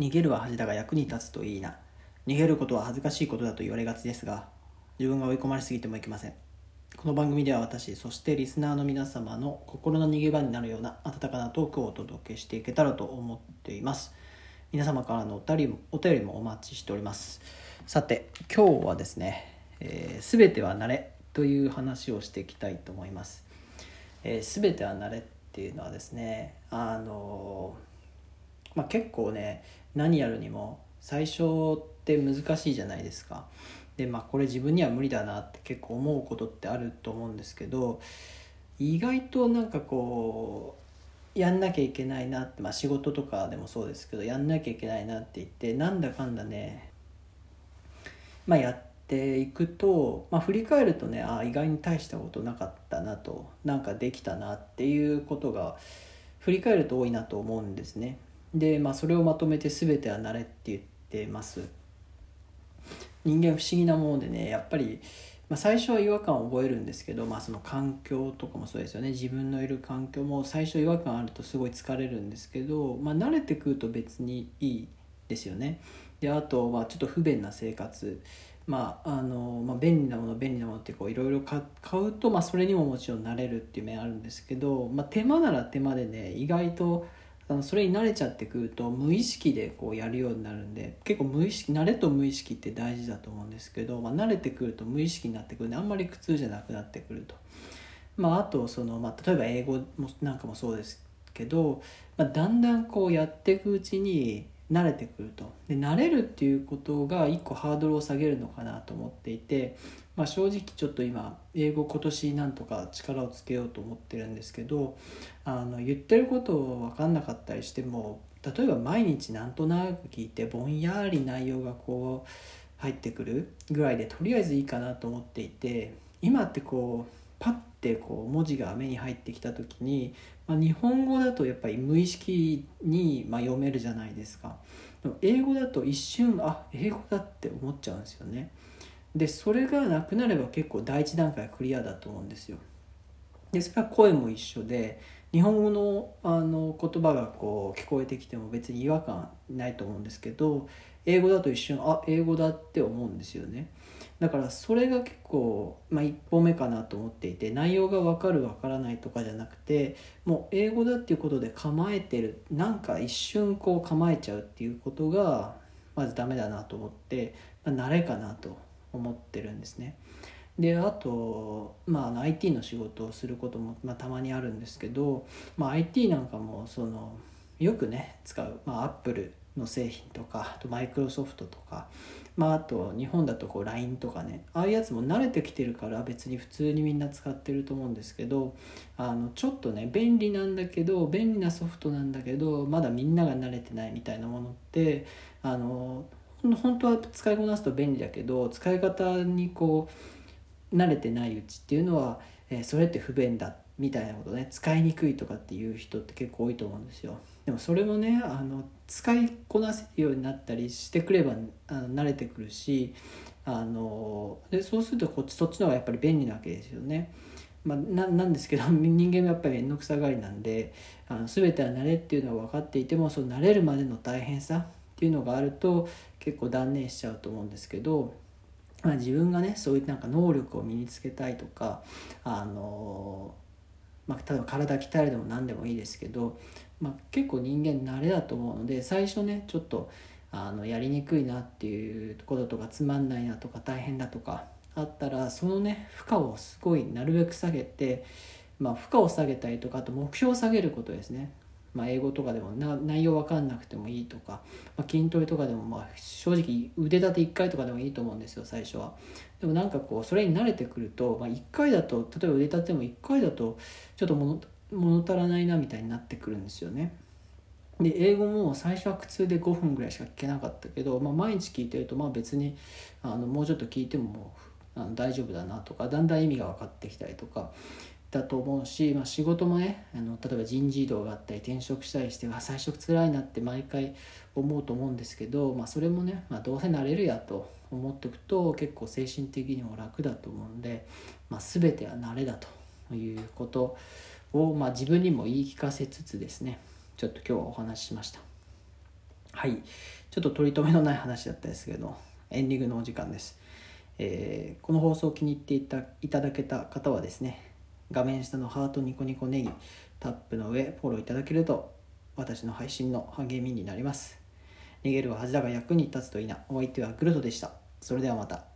逃げるは恥だが役に立つといいな。逃げることは恥ずかしいことだと言われがちですが、自分が追い込まれすぎてもいけません。この番組では私、そしてリスナーの皆様の心の逃げ場になるような温かなトークをお届けしていけたらと思っています。皆様からのお便りもお待ちしております。さて、今日はですね、すべては慣れという話をしていきたいと思います。すべては慣れっていうのはですね、結構ね、何やるにも最初って難しいじゃないですか。でこれ自分には無理だなって結構思うことってあると思うんですけど、意外とやんなきゃいけないなって、仕事とかでもそうですけど、やんなきゃいけないなって言ってなんだかんだね、やっていくと、振り返るとね、意外に大したことなかったなと、できたなっていうことが振り返ると多いなと思うんですね。でそれをまとめて全ては慣れって言ってます。人間不思議なものでね、やっぱり、最初は違和感を覚えるんですけど、その環境とかもそうですよね。自分のいる環境も最初違和感あるとすごい疲れるんですけど、慣れてくると別にいいですよね。であとちょっと不便な生活、便利なものっていろいろ買うと、それにももちろん慣れるっていう面あるんですけど、手間なら手間でね、意外とそれに慣れちゃってくると無意識でやるようになるんで、結構慣れと無意識って大事だと思うんですけど、慣れてくると無意識になってくるんで、あんまり苦痛じゃなくなってくると。あと例えば英語もそうですけど、だんだんやっていくうちに慣れてくると。で慣れるっていうことが一個ハードルを下げるのかなと思っていて、正直ちょっと今英語今年なんとか力をつけようと思ってるんですけど、言ってること分かんなかったりしても、例えば毎日なんとなく聞いてぼんやり内容が入ってくるぐらいでとりあえずいいかなと思っていて、今ってパッて文字が目に入ってきた時に、日本語だとやっぱり無意識に読めるじゃないですか。でも英語だと一瞬英語だって思っちゃうんですよね。でそれがなくなれば結構第一段階クリアだと思うんですよ。でそれは声も一緒で、日本語の言葉が聞こえてきても別に違和感ないと思うんですけど、英語だと一瞬英語だって思うんですよね。だからそれが結構、一歩目かなと思っていて、内容が分かる分からないとかじゃなくて、もう英語だっていうことで構えてる、一瞬構えちゃうっていうことがまずダメだなと思って、慣れかなと思ってるんですね。であと、IT の仕事をすることも、たまにあるんですけど、IT なんかもよくね使う、Apple の製品とか、あとマイクロソフトとか、あと日本だとLINE とかね、ああいうやつも慣れてきてるから別に普通にみんな使ってると思うんですけど、ちょっとね便利なソフトなんだけど、まだみんなが慣れてないみたいなものって、本当は使いこなすと便利だけど、使い方に慣れてないうちっていうのは、それって不便だみたいなことね、使いにくいとかっていう人って結構多いと思うんですよ。でもそれもね、使いこなせるようになったりしてくれば慣れてくるし、でそうするとそっちの方がやっぱり便利なわけですよね。なんですけど、人間がやっぱり面倒くさがりなんで、全ては慣れっていうのは分かっていても、その慣れるまでの大変さっていうのがあると結構断念しちゃうと思うんですけど、自分がねそういう能力を身につけたいとか、例えば体鍛えるでも何でもいいですけど、結構人間慣れだと思うので、最初ねちょっとやりにくいなっていうこととか、つまんないなとか大変だとかあったら、そのね負荷をすごいなるべく下げて、負荷を下げたりとか、あと目標を下げることですね。英語とかでも内容分かんなくてもいいとか、筋トレとかでも正直腕立て1回とかでもいいと思うんですよ、最初は。でもそれに慣れてくると、1回だと、例えば腕立ても1回だとちょっと物足らないなみたいになってくるんですよね。で英語も最初は苦痛で5分ぐらいしか聞けなかったけど、毎日聞いてると別にもうちょっと聞いても大丈夫だなとか、だんだん意味が分かってきたりとかだと思うし、仕事もね、例えば人事異動があったり転職したりして、最初辛いなって毎回思うと思うんですけど、それもね、どうせ慣れるやと思っておくと結構精神的にも楽だと思うんで、全ては慣れだということを、自分にも言い聞かせつつですね、ちょっと今日はお話ししました。 はい、ちょっと取り留めのない話だったですけど、エンディングのお時間です。この放送を気に入っていただけた方はですね、画面下のハートニコニコネギタップの上フォローいただけると私の配信の励みになります。逃げるは恥だが役に立つといいな。お相手はグルトでした。それではまた。